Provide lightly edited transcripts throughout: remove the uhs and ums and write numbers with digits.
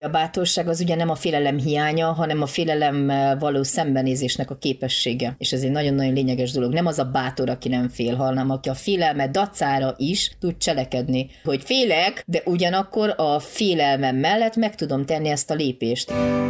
A bátorság az ugye nem a félelem hiánya, hanem a félelemmel való szembenézésnek a képessége. És ez egy nagyon-nagyon lényeges dolog. Nem az a bátor, aki nem fél, hanem aki a félelme dacára is tud cselekedni. Hogy félek, de ugyanakkor a félelmem mellett meg tudom tenni ezt a lépést.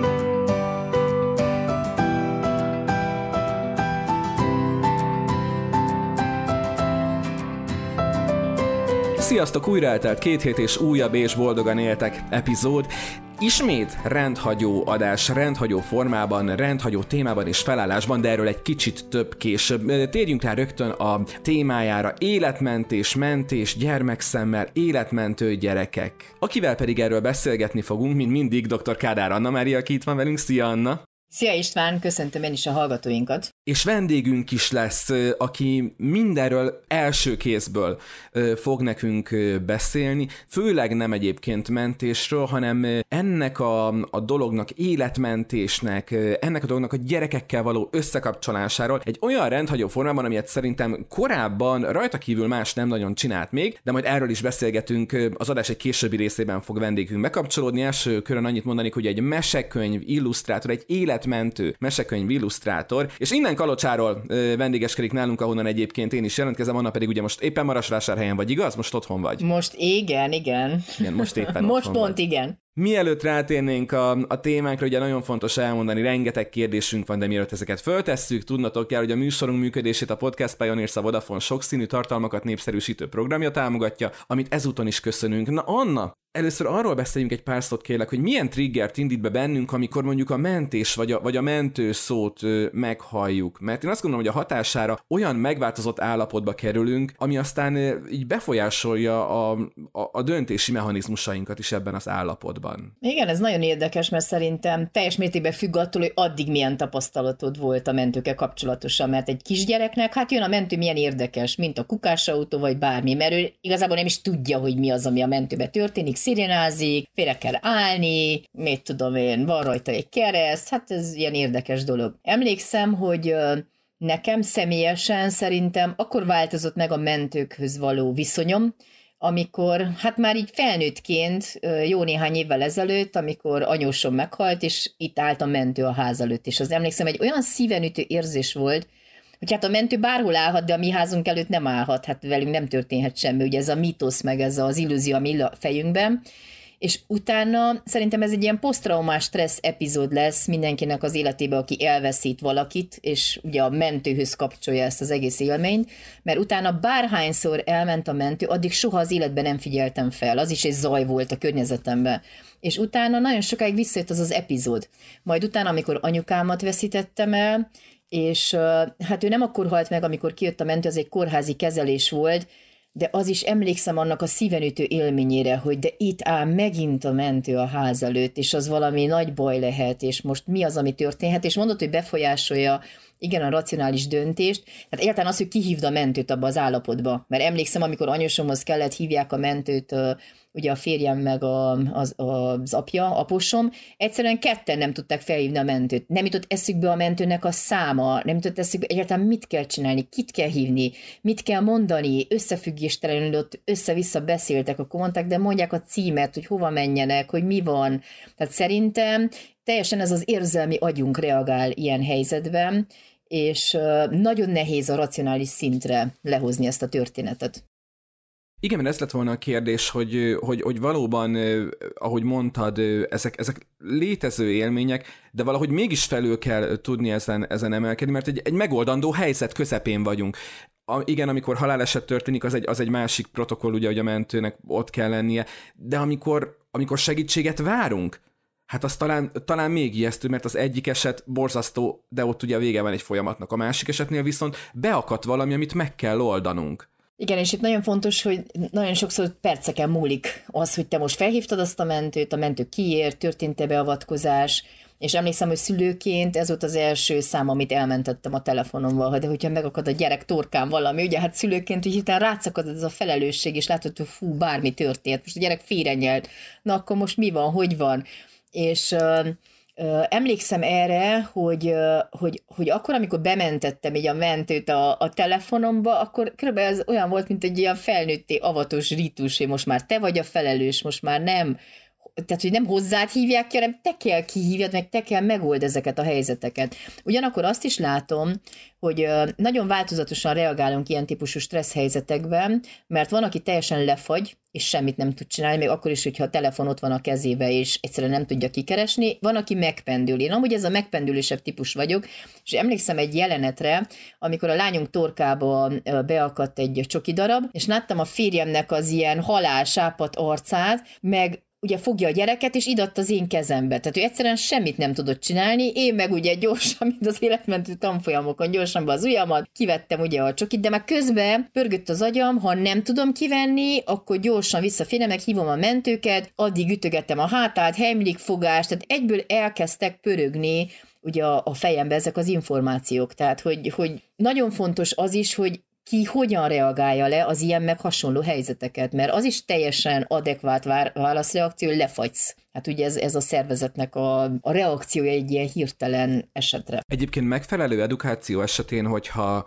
Sziasztok, újra eltelt 2 hét és újabb és boldogan éltek epizód. Ismét rendhagyó adás, rendhagyó formában, rendhagyó témában és felállásban, de erről egy kicsit több később. Térjünk rá rögtön a témájára. Életmentés, mentés, gyermekszemmel, életmentő gyerekek. Akivel pedig erről beszélgetni fogunk, mint mindig, dr. Kádár Anna Mária, aki itt van velünk. Szia, Anna! Szia István, köszöntöm én is a hallgatóinkat. És vendégünk is lesz, aki mindenről első kézből fog nekünk beszélni, főleg nem egyébként mentésről, hanem ennek a dolognak, életmentésnek, ennek a dolognak a gyerekekkel való összekapcsolásáról egy olyan rendhagyó formában, amilyet szerintem korábban rajta kívül más nem nagyon csinált még, de majd erről is beszélgetünk, az adás egy későbbi részében fog vendégünk bekapcsolódni. Első körön annyit mondanék, hogy egy mesekönyv illusztrátor, egy életmentő mesekönyv illusztrátor, és innen Kalocsáról vendégeskedik nálunk, ahonnan egyébként én is jelentkezem, Anna pedig ugye most éppen Marosvásárhelyen vagy, igaz? Most otthon vagy. Most igen. Igen, most éppen most otthon pont vagy. igen. Mielőtt rátérnénk a témánkra, ugye nagyon fontos elmondani, rengeteg kérdésünk van, de mielőtt ezeket föltesszük, tudnatok kell, hogy a műsorunk működését a Podcast Pioneers, a Vodafone sokszínű tartalmakat népszerűsítő programja támogatja, amit ezúton is köszönünk. Na Anna, először arról beszéljünk egy pár szót kérlek, hogy milyen triggert indít be bennünk, amikor mondjuk a mentés vagy a mentő szót meghalljuk. Mert én azt gondolom, hogy a hatására olyan megváltozott állapotba kerülünk, ami aztán így befolyásolja a döntési mechanizmusainkat is ebben az állapotban. Igen, ez nagyon érdekes, mert szerintem teljes mértékben függ attól, hogy addig milyen tapasztalatod volt a mentőkkel kapcsolatosan, mert egy kisgyereknek, hát jön a mentő milyen érdekes, mint a kukásautó, vagy bármi, mert ő igazából nem is tudja, hogy mi az, ami a mentőben történik, szirénázik, félre kell állni, mit tudom én, van rajta egy kereszt, hát ez ilyen érdekes dolog. Emlékszem, hogy nekem személyesen szerintem akkor változott meg a mentőkhöz való viszonyom, amikor, hát már így felnőttként, jó néhány évvel ezelőtt, amikor anyósom meghalt, és itt állt a mentő a ház előtt, és az emlékszem, egy olyan szívenütő érzés volt, hogy hát a mentő bárhol állhat, de a mi házunk előtt nem állhat, hát velünk nem történhet semmi, ugye ez a mítosz, meg ez az illúzió, ami a fejünkben, és utána szerintem ez egy ilyen posztraumás stressz epizód lesz mindenkinek az életében, aki elveszít valakit, és ugye a mentőhöz kapcsolja ezt az egész élményt, mert utána bárhányszor elment a mentő, addig soha az életben nem figyeltem fel, az is egy zaj volt a környezetemben. És utána nagyon sokáig visszajött az epizód. Majd utána, amikor anyukámat veszítettem el, és hát ő nem akkor halt meg, amikor kijött a mentő, az egy kórházi kezelés volt, de az is emlékszem annak a szívenütő élményére, hogy de itt áll megint a mentő a ház előtt, és az valami nagy baj lehet, és most mi az, ami történhet, és mondod, hogy befolyásolja igen a racionális döntést, tehát egyáltalán az, hogy kihívd a mentőt abba az állapotba, mert emlékszem, amikor anyósomhoz kellett hívják a mentőt, ugye a férjem meg az apja, aposom, egyszerűen ketten nem tudták felhívni a mentőt. Nem jutott eszükbe a mentőnek a száma, nem jutott eszükbe egyáltalán mit kell csinálni, kit kell hívni, mit kell mondani, összefüggéstelenül ott össze-vissza beszéltek, akkor mondták, de mondják a címet, hogy hova menjenek, hogy mi van. Tehát szerintem teljesen ez az érzelmi agyunk reagál ilyen helyzetben, és nagyon nehéz a racionális szintre lehozni ezt a történetet. Igen, mert ez lett volna a kérdés, hogy valóban, ahogy mondtad, ezek létező élmények, de valahogy mégis felül kell tudni ezen emelkedni, mert egy megoldandó helyzet közepén vagyunk. Igen, amikor haláleset történik, az egy másik protokoll, ugye, hogy a mentőnek ott kell lennie, de amikor segítséget várunk, hát az talán még ijesztő, mert az egyik eset borzasztó, de ott ugye a vége van egy folyamatnak, a másik esetnél viszont beakadt valami, amit meg kell oldanunk. Igen, és itt nagyon fontos, hogy nagyon sokszor perceken múlik az, hogy te most felhívtad azt a mentőt, a mentő kiért, történt-e beavatkozás, és emlékszem, hogy szülőként ez volt az első szám, amit elmentettem a telefonommal, de hogyha megakad a gyerek torkán valami, ugye hát szülőként, hogy hirtelen rátszakad ez a felelősség, és látod, hogy fú, bármi történt, most a gyerek félrenyelt, na akkor most mi van, hogy van? És emlékszem erre, hogy akkor, amikor bementettem így a mentőt a telefonomba, akkor körülbelül ez olyan volt, mint egy ilyen felnőtté avatos rítus, hogy most már te vagy a felelős, most már nem tehát hogy nem hozzád hívják ki, hanem te kell kihívjad, meg te kell megold ezeket a helyzeteket. Ugyanakkor azt is látom, hogy nagyon változatosan reagálunk ilyen típusú stressz helyzetekben, mert van, aki teljesen lefagy, és semmit nem tud csinálni, még akkor is, hogyha a telefon ott van a kezébe, és egyszerűen nem tudja kikeresni. Van, aki megpendül. Én amúgy ez a megpendülősebb típus vagyok, és emlékszem egy jelenetre, amikor a lányunk torkába beakadt egy csoki darab, és láttam a férjemnek az ilyen halálsápadt arcát, meg ugye fogja a gyereket, és idatt az én kezembe. Tehát ő egyszerűen semmit nem tudott csinálni, én meg ugye gyorsan, mint az életmentő tanfolyamokon, gyorsan be az ujjamat, kivettem ugye a csokit, de már közben pörgött az agyam, ha nem tudom kivenni, akkor gyorsan visszaférem, meg hívom a mentőket, addig ütögettem a hátát, Heimlich fogás, tehát egyből elkezdtek pörögni ugye a fejembe ezek az információk. Tehát, hogy nagyon fontos az is, hogy ki hogyan reagálja le az ilyen meg hasonló helyzeteket, mert az is teljesen adekvát válaszreakció, hogy lefagysz. Hát ugye ez a szervezetnek a reakciója egy ilyen hirtelen esetre. Egyébként megfelelő edukáció esetén, hogyha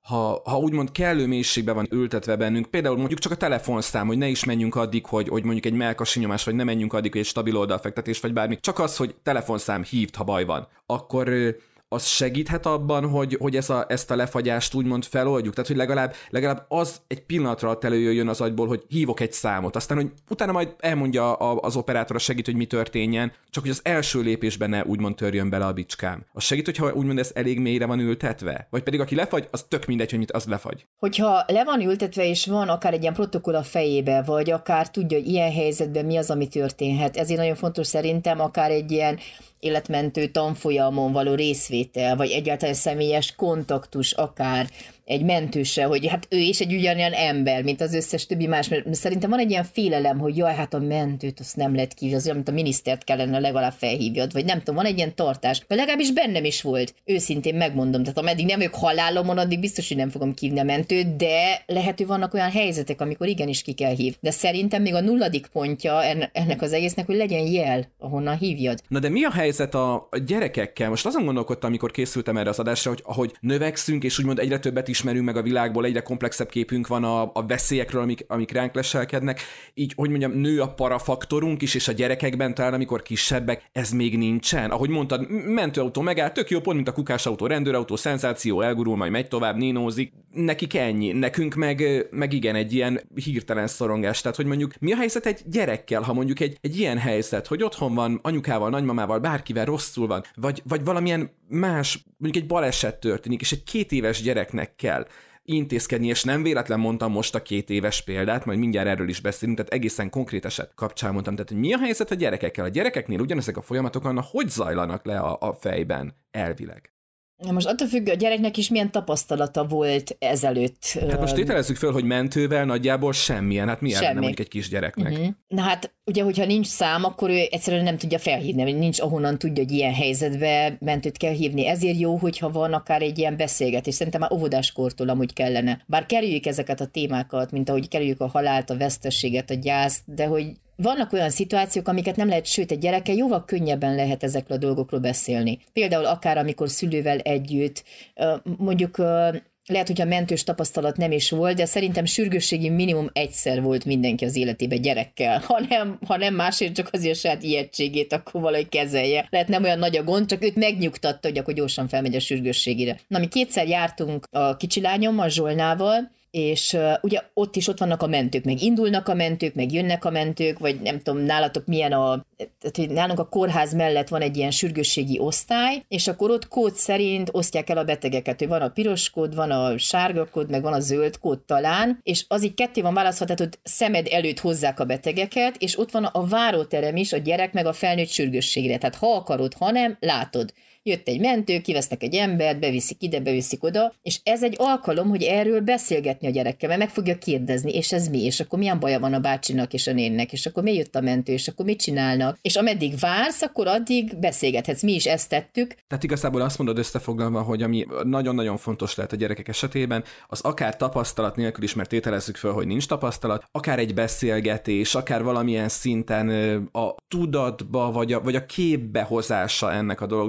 ha úgymond kellő mélységben van ültetve bennünk, például mondjuk csak a telefonszám, hogy ne is menjünk addig, hogy mondjuk egy mellkasi nyomás, vagy ne menjünk addig, hogy egy stabil oldalfektetés, vagy bármi, csak az, hogy telefonszám hívd, ha baj van, akkor az segíthet abban, hogy ezt a lefagyást úgymond feloldjuk? Tehát, hogy legalább az egy pillanatra alatt előjöjjön az agyból, hogy hívok egy számot, aztán, hogy utána majd elmondja az operátor, segít, hogy mi történjen, csak hogy az első lépésben ne úgymond törjön bele a bicskám. Az segít, hogyha úgymond ez elég mélyre van ültetve? Vagy pedig aki lefagy, az tök mindegy, hogy mit az lefagy. Hogyha le van ültetve, és van akár egy ilyen protokoll a fejébe, vagy akár tudja, hogy ilyen helyzetben mi az, ami történhet, ezért nagyon fontos szerintem akár egy ilyen életmentő tanfolyamon való részvétel, vagy egyáltalán személyes kontaktus akár egy mentőse, hogy hát ő is egy ugyanolyan ember, mint az összes többi más, mert szerintem van egy ilyen félelem, hogy jaj, hát a mentőt azt nem lehet kívülni, az olyan, mint a minisztert kellene legalább felhívjad, vagy nem tudom, van egy ilyen tartás, de legalábbis bennem is volt, őszintén megmondom, tehát ameddig nem vagyok halálomon, addig biztos, hogy nem fogom kívni a mentőt, de lehet, hogy vannak olyan helyzetek, amikor igenis ki kell hívni. De szerintem még a 0. pontja ennek az egésznek, hogy legyen jel, ahonnan hívjad. Na de mi a helyzet a gyerekekkel? Most azon gondolkodtam, amikor készültem erre az adásra, hogy ahogy növekszünk, és úgymond egyre többet ismerünk meg a világból, egyre komplexebb képünk van a veszélyekről, amik ránk leselkednek, így, hogy mondjam, nő a parafaktorunk is, és a gyerekekben talán, amikor kisebbek, ez még nincsen. Ahogy mondtad, mentőautó megáll, tök jó, pont mint a kukásautó, rendőrautó, szenzáció, elgurul, majd megy tovább, nénózik, nekik ennyi, nekünk meg igen, egy ilyen hirtelen szorongás. Tehát, hogy mondjuk mi a helyzet egy gyerekkel, ha mondjuk egy ilyen helyzet, hogy otthon van anyukával, nagymamával, bárkivel rosszul van, vagy valamilyen más, mondjuk egy baleset történik, és egy 2 éves gyereknek kell intézkedni, és nem véletlen mondtam most a 2 éves példát, majd mindjárt erről is beszélünk, tehát egészen konkrét eset kapcsán mondtam. Tehát, hogy mi a helyzet a gyerekekkel? A gyerekeknél ugyanezek a folyamatok hogy zajlanak le a fejben elvileg? Most attól függ, a gyereknek is milyen tapasztalata volt ezelőtt. Hát most tételezzük föl, hogy mentővel nagyjából semmilyen, hát mi elvenne mondjuk egy kisgyereknek? Uh-huh. Na hát, ugye, hogyha nincs szám, akkor ő egyszerűen nem tudja felhívni, vagy nincs ahonnan tudja, hogy ilyen helyzetben mentőt kell hívni. Ezért jó, hogyha van akár egy ilyen beszélgetés. Szerintem már óvodáskortól amúgy kellene. Bár kerüljük ezeket a témákat, mint ahogy kerüljük a halált, a veszteséget, a gyászt, de hogy vannak olyan szituációk, amiket nem lehet, sőt, egy gyerekkel jóval könnyebben lehet ezekről a dolgokról beszélni. Például akár amikor szülővel együtt, mondjuk lehet, hogy a mentős tapasztalat nem is volt, de szerintem sürgősségi minimum egyszer volt mindenki az életében gyerekkel. Ha nem másért, csak azért saját ijegységét akkor valahogy kezelje. Lehet nem olyan nagy a gond, csak őt megnyugtatta, hogy akkor gyorsan felmegy a sürgősségére. Na, mi 2-szer jártunk a kicsilányommal, Zsolnával, és ugye ott vannak a mentők, meg indulnak a mentők, meg jönnek a mentők, vagy nem tudom, nálatok milyen tehát nálunk a kórház mellett van egy ilyen sürgősségi osztály, és akkor ott kód szerint osztják el a betegeket, hogy van a piros kód, van a sárga kód, meg van a zöld kód talán, és az így ketté van választva, tehát ott szemed előtt hozzák a betegeket, és ott van a váróterem is, a gyerek meg a felnőtt sürgősségre, tehát ha akarod, ha nem, látod. Jött egy mentő, kivesznek egy embert, beviszik ide, beviszik oda, és ez egy alkalom, hogy erről beszélgetni a gyerekkel, mert meg fogja kérdezni, és ez mi, és akkor milyen baja van a bácsinak és a nénnek, és akkor miért jött a mentő, és akkor mit csinálnak, és ameddig vársz, akkor addig beszélgethetsz. Mi is ezt tettük. Tehát igazából azt mondod összefoglalva, hogy ami nagyon-nagyon fontos lehet a gyerekek esetében, az akár tapasztalat nélkül is, mert tételezzük föl, hogy nincs tapasztalat, akár egy beszélgetés, akár valamilyen szinten a tudatba, vagy a képbe hozása ennek a dolognak, hogy ilyen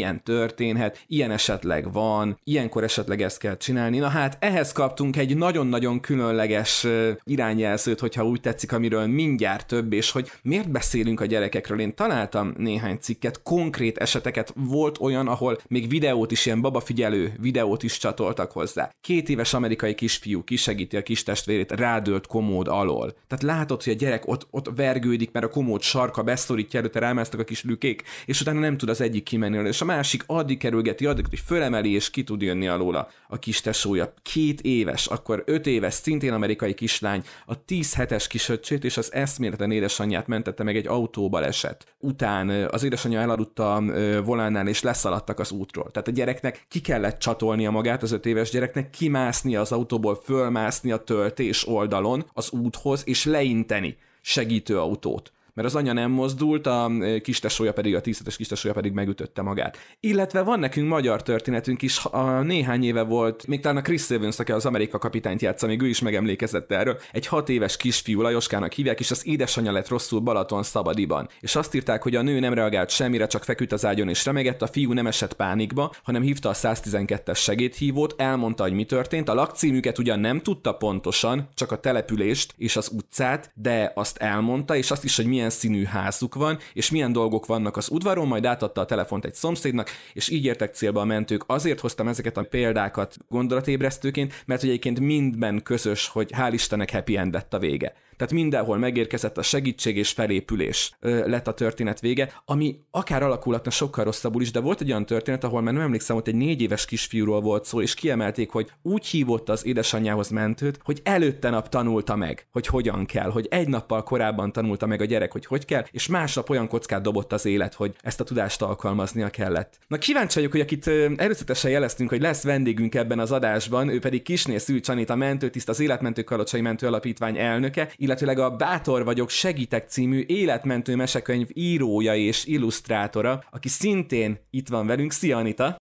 ilyen történhet, ilyen esetleg van, ilyenkor esetleg ezt kell csinálni. Na hát ehhez kaptunk egy nagyon-nagyon különleges irányjelzőt, hogyha úgy tetszik, amiről mindjárt több, és hogy miért beszélünk a gyerekekről. Én találtam néhány cikket, konkrét eseteket, volt olyan, ahol még videót is, ilyen babafigyelő videót is csatoltak hozzá. 2 éves amerikai kisfiú kisegíti a kis testvérét, rádőlt komód alól. Tehát látod, hogy a gyerek ott vergődik, mert a komód sarka beszorítja előtte, rámásztak a kis lükék, és utána nem tud az egyik kimenni, és a másik addig kerülgeti, hogy fölemeli, és ki tud jönni alóla a kis tesója. 2 éves, akkor 5 éves, szintén amerikai kislány, a 10 hetes kisöccsét és az eszméletlen édesanyját mentette meg egy autóbaleset. Után az édesanyja elaludta a volánnál, és leszaladtak az útról. Tehát a gyereknek ki kellett csatolnia magát, az 5 éves gyereknek kimásznia az autóból, fölmászni a töltés oldalon az úthoz, és leinteni segítőautót. Mert az anya nem mozdult, a kistesója pedig, a 10 hetes kistesója pedig megütötte magát. Illetve van nekünk magyar történetünk is, néhány éve volt, még talán a Chris Evans, aki az Amerika kapitányt játsza, még ő is megemlékezett erről, egy 6 éves kisfiú, Lajoskának hívják, és az édesanyja lett rosszul Balaton Szabadiban. És azt írták, hogy a nő nem reagált semmire, csak feküdt az ágyon és remegett, a fiú nem esett pánikba, hanem hívta a 112-es segédhívót, elmondta, hogy mi történt, a lakcímüket ugyan nem tudta pontosan, csak a települést és az utcát, de azt elmondta, és azt is, hogy milyen színű házuk van, és milyen dolgok vannak az udvaron, majd átadta a telefont egy szomszédnak, és így értek célba a mentők. Azért hoztam ezeket a példákat gondolatébresztőként, mert hogy egyébként mindben közös, hogy hál' Istennek happy end lett a vége. Tehát mindenhol megérkezett a segítség és felépülés lett a történet vége, ami akár alakulhatna sokkal rosszabbul is, de volt egy olyan történet, ahol már nem emlékszem, hogy egy 4 éves kisfiúról volt szó, és kiemelték, hogy úgy hívott az édesanyjához mentőt, hogy előtte nap tanulta meg, hogy hogyan kell, hogy egy nappal korábban tanulta meg a gyerek, hogy kell, és másnap olyan kockát dobott az élet, hogy ezt a tudást alkalmaznia kellett. Na kíváncsi vagyok, hogy akit előzetesen jeleztünk, hogy lesz vendégünk ebben az adásban, ő pedig Kissné Szűcs Anita mentőtiszt, az Életmentő Kalocsai Mentő Alapítvány elnöke, illetőleg a Bátor vagyok, segítek című életmentő mesekönyv írója és illusztrátora, aki szintén itt van velünk. Szia, Anita!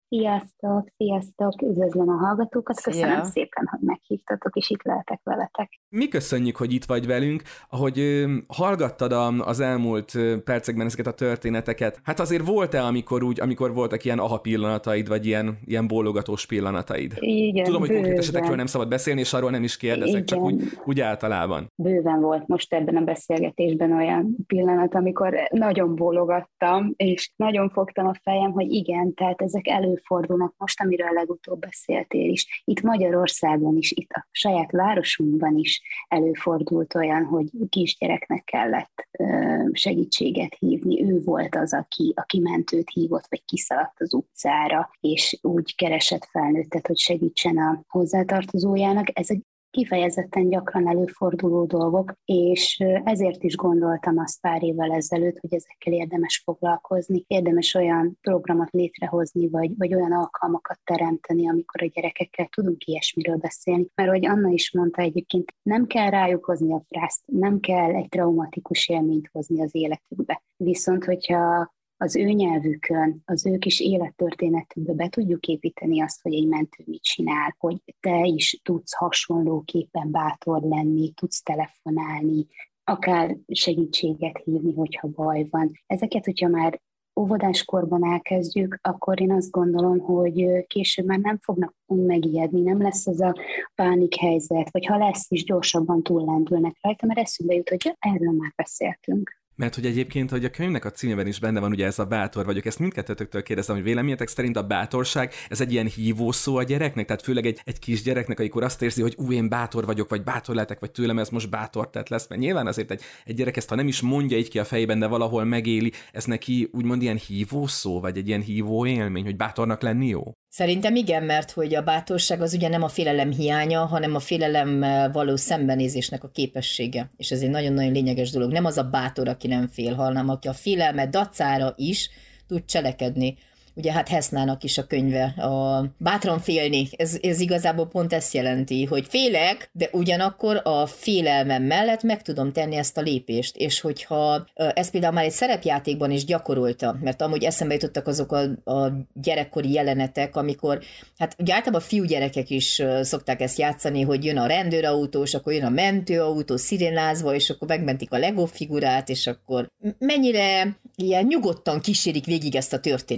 Sziasztok! Üdvözlöm a hallgatókat, Szia. Köszönöm szépen, hogy meghívtatok, és itt lehetek veletek. Mi köszönjük, hogy itt vagy velünk, ahogy hallgattad az elmúlt percekben ezeket a történeteket. Hát azért volt-e, amikor voltak ilyen aha pillanataid, vagy ilyen bólogatós pillanataid? Igen, Tudom, hogy konkrét esetekről nem szabad beszélni, és arról nem is kérdezek, Igen. csak úgy általában. Bőven volt most ebben a beszélgetésben olyan pillanat, amikor nagyon bólogattam, és nagyon fogtam a fejem, hogy igen, tehát ezek előfordulnak most, amiről legutóbb beszéltél is. Itt Magyarországon is, itt a saját városunkban is előfordult olyan, hogy kisgyereknek kellett segítséget hívni. Ő volt az, aki mentőt hívott, vagy kiszaladt az utcára, és úgy keresett felnőttet, hogy segítsen a hozzátartozójának. Ez egy kifejezetten gyakran előforduló dolgok, és ezért is gondoltam azt pár évvel ezelőtt, hogy ezekkel érdemes foglalkozni, érdemes olyan programot létrehozni, vagy olyan alkalmakat teremteni, amikor a gyerekekkel tudunk ilyesmiről beszélni. Mert ahogy Anna is mondta egyébként, nem kell rájuk hozni a frászt, nem kell egy traumatikus élményt hozni az életükbe. Viszont, hogyha az ő nyelvükön, az ő kis élettörténetükbe be tudjuk építeni azt, hogy egy mentő mit csinál, hogy te is tudsz hasonlóképpen bátor lenni, tudsz telefonálni, akár segítséget hívni, hogyha baj van. Ezeket, hogyha már óvodáskorban elkezdjük, akkor én azt gondolom, hogy később már nem fognak megijedni, nem lesz az a pánikhelyzet, vagy ha lesz is, gyorsabban túllendülnek rajta, mert eszünkbe jut, hogy erről már beszéltünk. Mert hogy egyébként, hogy a könyvnek a címében is benne van ugye ez a bátor vagyok, ezt mindkettőtöktől kérdezem, hogy véleményetek szerint a bátorság, ez egy ilyen hívó szó a gyereknek, tehát főleg egy kis gyereknek, amikor azt érzi, hogy én bátor vagyok, vagy bátor lehetek, vagy tőlem ez most bátor tett lesz, mert nyilván azért egy gyerek ezt, ha nem is mondja így ki a fejében, de valahol megéli, ez neki úgymond ilyen hívó szó, vagy egy ilyen hívó élmény, hogy bátornak lenni jó? Szerintem igen, mert hogy a bátorság az ugye nem a félelem hiánya, hanem a félelemmel való szembenézésnek a képessége. És ez egy nagyon-nagyon lényeges dolog. Nem az a bátor, aki nem fél, hanem aki a félelme dacára is tud cselekedni. Ugye hát Hessnának is a könyve, a bátran félni, ez igazából pont ezt jelenti, hogy félek, de ugyanakkor a félelmem mellett meg tudom tenni ezt a lépést, és hogyha ezt például már egy szerepjátékban is gyakorolta, mert amúgy eszembe jutottak azok a gyerekkori jelenetek, amikor, hát ugye általában fiúgyerekek is szokták ezt játszani, hogy jön a rendőrautó, és akkor jön a mentőautó szirénázva, és akkor megmentik a Lego figurát, és akkor mennyire ilyen nyugodtan kísérik végig ezt a történetet,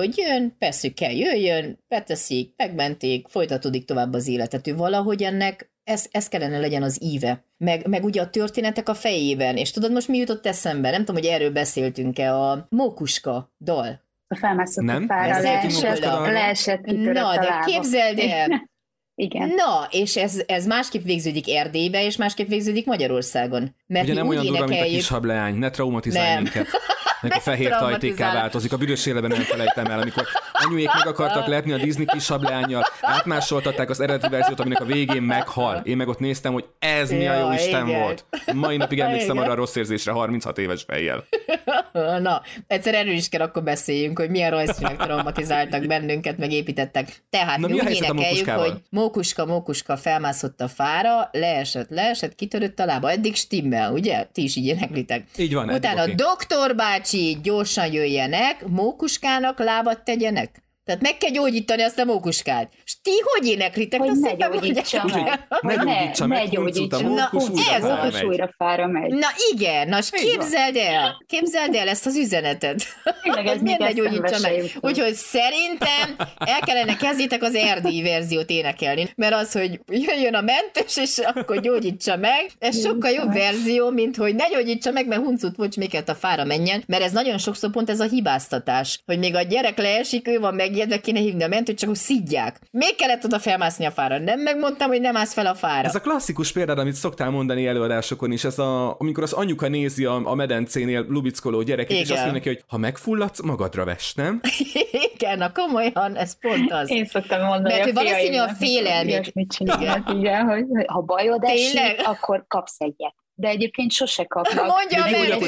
hogy jön, persze, kell jöjjön, beteszik, megmenték, folytatódik tovább az életet. Ő valahogy ennek ez kellene legyen az íve. Meg ugye a történetek a fejében. És tudod, most mi jutott eszembe? Nem tudom, hogy erről beszéltünk-e, a Mókuska dal. A felmászott a fára, leesett, kitörött na, a de lába. képzeld el! Igen. Na, és ez másképp végződik Erdélybe, és másképp végződik Magyarországon. Mert ugye nem olyan durva, mint a kis hableány, ne traumatizálj minket. A fehér tajtékká változik. A büdös életben nem felejtem el, amikor anyuék meg akartak letni a Disney kis hablányjal, átmásoltatták az eredeti verziót, aminek a végén meghal. Én meg ott néztem, hogy ez mi a jó Isten volt. Mai napig emlékszem arra a rossz érzésre 36 éves fejjel. Na, egyszer erről is kell akkor beszéljünk, hogy milyen rajzfilmek traumatizáltak bennünket, meg építettek. Tehát mi úgy énekeljük, hogy Mókuska felmászott a fára, leesett, kitörött a lába. Eddig stimmel, ugye? Ti is így éneklitek. Így van. Utána doktor bácsi, gyorsan jöjjenek, Mókuskának lábat tegyenek. Tehát meg kell gyógyítani azt a mókuskát. És ti hogy éneklitek? Hogy ne gyógyítsa meg. Ne gyógyítsa meg, mókus újra fára megy. Na igen, na képzeld el ezt az üzenetet. Tényleg ez még ne gyógyítsa meg. Úgyhogy szerintem el kellene kezdjétek az erdélyi verziót énekelni, mert az, hogy jöjjön a mentős, és akkor gyógyítsa meg, ez sokkal jobb verzió, mint hogy ne gyógyítsa meg, mert huncut vagy miket a fára menjen, mert ez nagyon sokszor pont ez a hibáztatás, hogy még a gyerek leesik, ő van megijedve, kéne hívni a mentőt, csak úgy szidják. Még kellett oda felmászni a fára. Nem megmondtam, hogy nem állsz fel a fára. Ez a klasszikus példád, amit szoktál mondani előadásokon is, amikor az anyuka nézi a medencénél lubickoló gyereket, igen. És azt mondja neki, hogy ha megfulladsz, magadra ves, nem? Igen, na komolyan, ez pont az. Én szoktam mondani, mert valószínű a félelmét. Igen, hogy ha bajod esik, akkor kapsz egyet. De egyébként sose kapnak. Mondja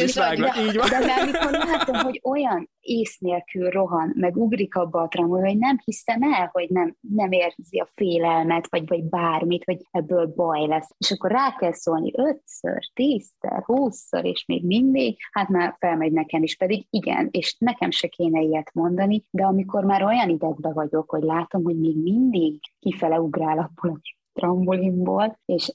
de amikor látom, hogy olyan ész nélkül rohan, meg ugrik abba a tramból, hogy nem hiszem el, hogy nem érzi a félelmet, vagy bármit, hogy ebből baj lesz. És akkor rá kell szólni 5-ször, 10-szer, 20-szor, és még mindig, hát már felmegy nekem is, pedig igen, és nekem se kéne ilyet mondani, de amikor már olyan idegbe vagyok, hogy látom, hogy még mindig kifele ugrál abból a trambolinból, és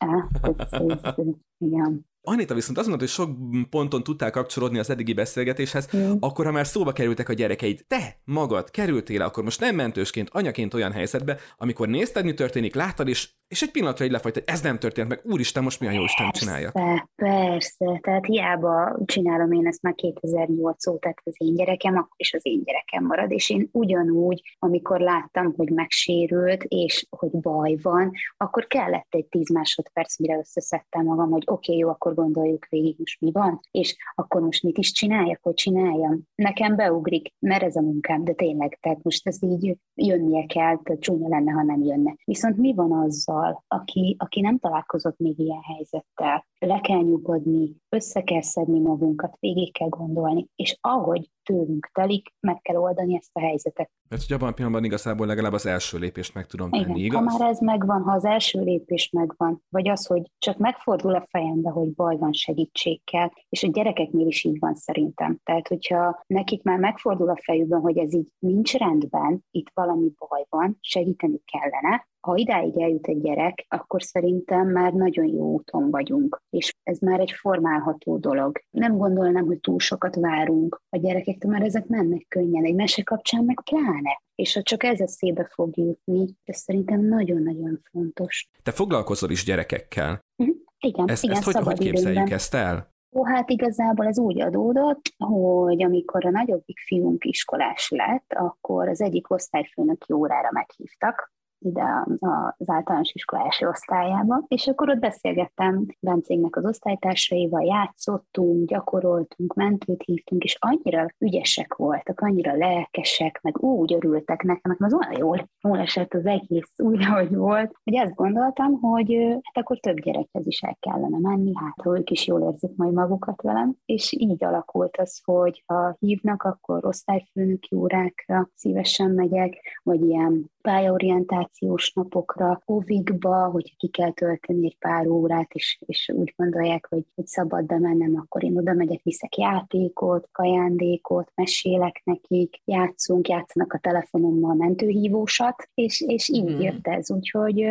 igen. Anita, viszont azt mondod, hogy sok ponton tudtál kapcsolódni az eddigi beszélgetéshez, akkor ha már szóba kerültek a gyerekeid, te magad kerültél, akkor most nem mentősként, anyaként olyan helyzetbe, amikor nézted, mi történik, láttad, és egy pillanatra így lefagyt, hogy ez nem történt meg, úristen, most mi a jóisten csinálja? Persze, tehát hiába csinálom én ezt már 2008 óta, tehát az én gyerekem, akkor is az én gyerekem marad, és én ugyanúgy, amikor láttam, hogy megsérült, és hogy baj van, akkor kellett egy 10 másodperc, mire összeszedtem magam, hogy oké, jó, akkor gondoljuk végig, most mi van, és akkor most mit is csináljak, hogy csináljam. Nekem beugrik, mert ez a munkám, de tényleg, tehát most ez így jönnie kell, tehát csúnya lenne, ha nem jönne. Viszont mi van azzal, aki nem találkozott még ilyen helyzettel? Le kell nyugodni, össze kell szedni magunkat, végig kell gondolni, és ahogy tőlünk telik, meg kell oldani ezt a helyzetet. Mert hogy abban a pillanatban igazából legalább az első lépést meg tudom tenni, igaz? Ha már ez megvan, ha az első lépés megvan, vagy az, hogy csak megfordul a fejembe, hogy baj van, segítség kell, és a gyerekeknél is így van szerintem. Tehát, hogyha nekik már megfordul a fejükben, hogy ez így nincs rendben, itt valami baj van, segíteni kellene, ha idáig eljut egy gyerek, akkor szerintem már nagyon jó úton vagyunk, és ez már egy formálható dolog. Nem gondolnám, hogy túl sokat várunk a gyerekektől, már ezek mennek könnyen, egy mese kapcsán meg pláne. És ha csak ez eszébe fog jutni, ez szerintem nagyon-nagyon fontos. Te foglalkozol is gyerekekkel. Igen, ezt hogy képzeljük ezt el? Hát igazából ez úgy adódott, hogy amikor a nagyobbik fiunk iskolás lett, akkor az egyik osztályfőnöki órára meghívtak, ide az általános iskola első osztályába, és akkor ott beszélgettem Bencénknek az osztálytársaival, játszottunk, gyakoroltunk, mentőt hívtunk, és annyira ügyesek voltak, annyira lelkesek, meg úgy örültek nekem, az olyan jól esett az egész úgy, ahogy volt, hogy azt gondoltam, hogy hát akkor több gyerekhez is el kellene menni, hát ha ők is jól érzik majd magukat velem, és így alakult az, hogy ha hívnak, akkor osztályfőnöki órákra szívesen megyek, vagy ilyen pályaorientációs napokra, ovikba, hogyha ki kell tölteni egy pár órát, és úgy gondolják, hogy szabad bemennem, akkor én oda megyek, viszek játékot, ajándékot, mesélek nekik, játszanak a telefonommal mentőhívósat, és így jött ez. Úgyhogy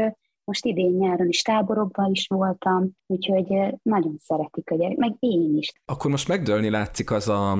most idén nyáron is táborokban is voltam, úgyhogy nagyon szeretik a gyerek, meg én is. Akkor most megdőlni látszik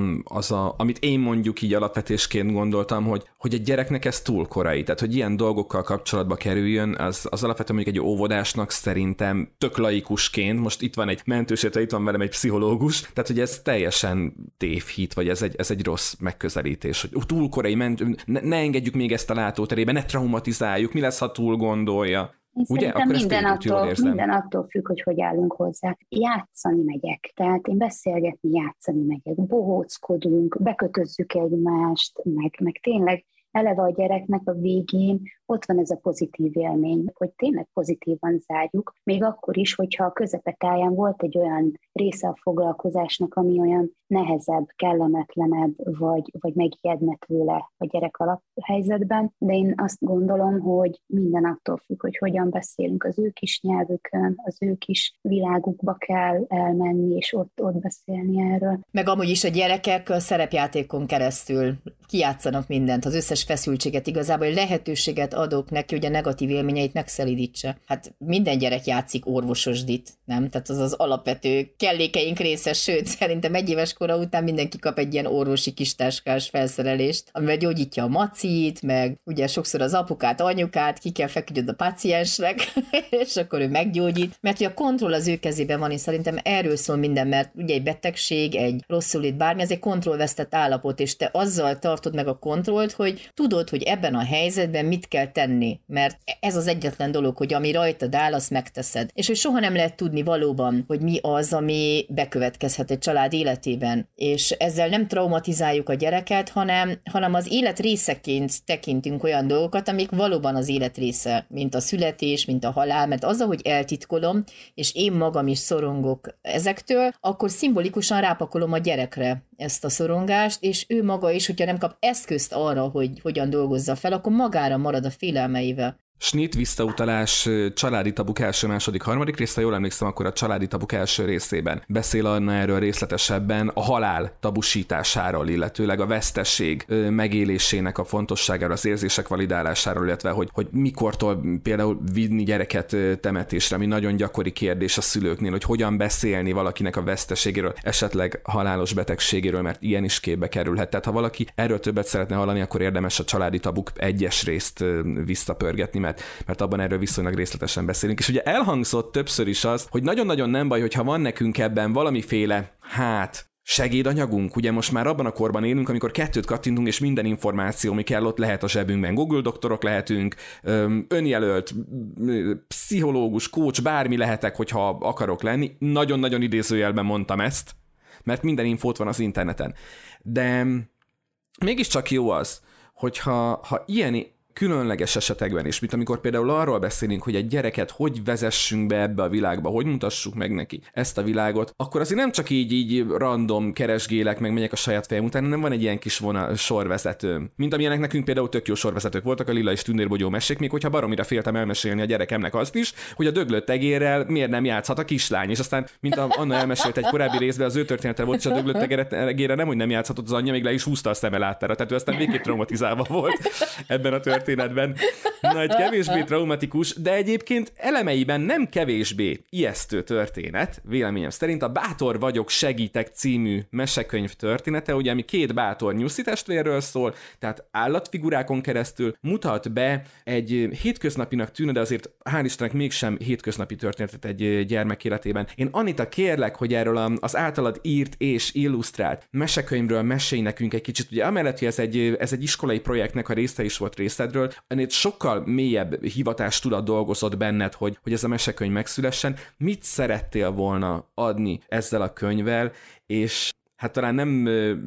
amit én mondjuk így alapvetésként gondoltam, hogy egy gyereknek ez túl korai, tehát hogy ilyen dolgokkal kapcsolatba kerüljön, az alapvetően mondjuk egy óvodásnak szerintem tök laikusként, most itt van egy mentősértő, itt van velem egy pszichológus, tehát hogy ez teljesen tévhit, vagy ez egy rossz megközelítés, hogy túl korai ne engedjük még ezt a látóterébe, ne traumatizáljuk, mi lesz, ha túl gondolja. Ugye? Akkor minden attól függ, hogy állunk hozzá. Játszani megyek, tehát én beszélgetni, játszani megyek, bohóckodunk, bekötözzük egymást, meg tényleg eleve a gyereknek a végén ott van ez a pozitív élmény, hogy tényleg pozitívan zárjuk, még akkor is, hogyha a közepetáján volt egy olyan része a foglalkozásnak, ami olyan nehezebb, kellemetlenebb, vagy megijedne tőle a gyerek alaphelyzetben, de én azt gondolom, hogy minden attól függ, hogy hogyan beszélünk az ő kis nyelvükön, az ő kis világukba kell elmenni, és ott beszélni erről. Meg amúgy is a gyerekek a szerepjátékon keresztül kijátszanak mindent, az összes feszültséget igazából, lehetőséget adok neki, hogy a negatív élményeit megszelidítse. Hát minden gyerek játszik orvososdit, nem? Tehát az alapvető kellékeink része, sőt, szerintem 1 éves kora után mindenki kap egy ilyen orvosi kistáskás felszerelést, amivel gyógyítja a macit, meg ugye sokszor az apukát, anyukát, ki kell feküdjön a páciensnek, és akkor ő meggyógyít. Mert ugye a kontroll az ő kezében van, és szerintem erről szól minden, mert ugye egy betegség, egy rosszul bármi, ez egy kontrollvesztett állapot, és te azzal tartod meg a kontrollt, hogy tudod, hogy ebben a helyzetben mit kell tenni, mert ez az egyetlen dolog, hogy ami rajtad áll, azt megteszed. És hogy soha nem lehet tudni valóban, hogy mi az, ami bekövetkezhet egy család életében. És ezzel nem traumatizáljuk a gyereket, hanem az élet részeként tekintünk olyan dolgokat, amik valóban az élet része, mint a születés, mint a halál, mert az, ahogy eltitkolom, és én magam is szorongok ezektől, akkor szimbolikusan rápakolom a gyerekre ezt a szorongást, és ő maga is, hogyha nem kap eszközt arra, hogy hogyan dolgozza fel, akkor magára marad a félelmeivel. Snit visszautalás, családi tabuk első, második, harmadik rész, ha jól emlékszem, akkor a családi tabuk első részében beszél Anna erről részletesebben a halál tabusításáról, illetőleg a vesztesség megélésének a fontosságáról, az érzések validálásáról, illetve hogy mikortól például vinni gyereket temetésre, ami nagyon gyakori kérdés a szülőknél, hogy hogyan beszélni valakinek a veszteségéről, esetleg halálos betegségéről, mert ilyen is képbe kerülhet. Tehát ha valaki erről többet szeretne hallani, akkor érdemes a családi tabuk 1-es részt visszapörgetni, mert abban erről viszonylag részletesen beszélünk. És ugye elhangzott többször is az, hogy nagyon-nagyon nem baj, hogyha van nekünk ebben valamiféle, segédanyagunk. Ugye most már abban a korban élünk, amikor 2 kattintunk, és minden információ, ami kell, ott lehet a zsebünkben. Google doktorok lehetünk, önjelölt, pszichológus, coach, bármi lehetek, hogyha akarok lenni. Nagyon-nagyon idézőjelben mondtam ezt, mert minden infót van az interneten. De mégiscsak jó az, hogyha ilyen különleges esetekben is, mint amikor például arról beszélünk, hogy egy gyereket hogy vezessünk be ebbe a világba, hogy mutassuk meg neki ezt a világot, akkor azért nem csak így random keresgélek, meg megyek a saját fejem után, hanem van egy ilyen kis sorvezetőm. Mint amilyenek nekünk például tök jó sorvezetők voltak, a Lilla és Tündérbogyó mesék, még hogyha baromira féltem elmesélni a gyerekemnek azt is, hogy a döglött egérrel miért nem játszhat a kislány. És aztán, mint Anna elmesélt egy korábbi részben, az ő története volt, és a döglött egérrel nem, hogy nem játszhatott az anyja, még le is húzta a szeme láttára. Tehát ő aztán végképp traumatizálva volt ebben a történetben. Nagy kevésbé traumatikus, de egyébként elemeiben nem kevésbé ijesztő történet, véleményem szerint a Bátor vagyok, segítek című mesekönyv története, ugye, ami 2 bátor nyuszi testvérről szól, tehát állatfigurákon keresztül mutat be egy hétköznapinak tűnő, de azért hál' Istennek mégsem hétköznapi történetet egy gyermek életében. Én Anita, kérlek, hogy erről az általad írt és illusztrált mesekönyvről mesélj nekünk egy kicsit, ugye amellett, hogy ez egy iskolai projektnek a része is volt részedről, ennél sokkal mélyebb hivatástudat dolgozott benned, hogy ez a mesekönyv megszülessen. Mit szerettél volna adni ezzel a könyvvel, és hát talán nem,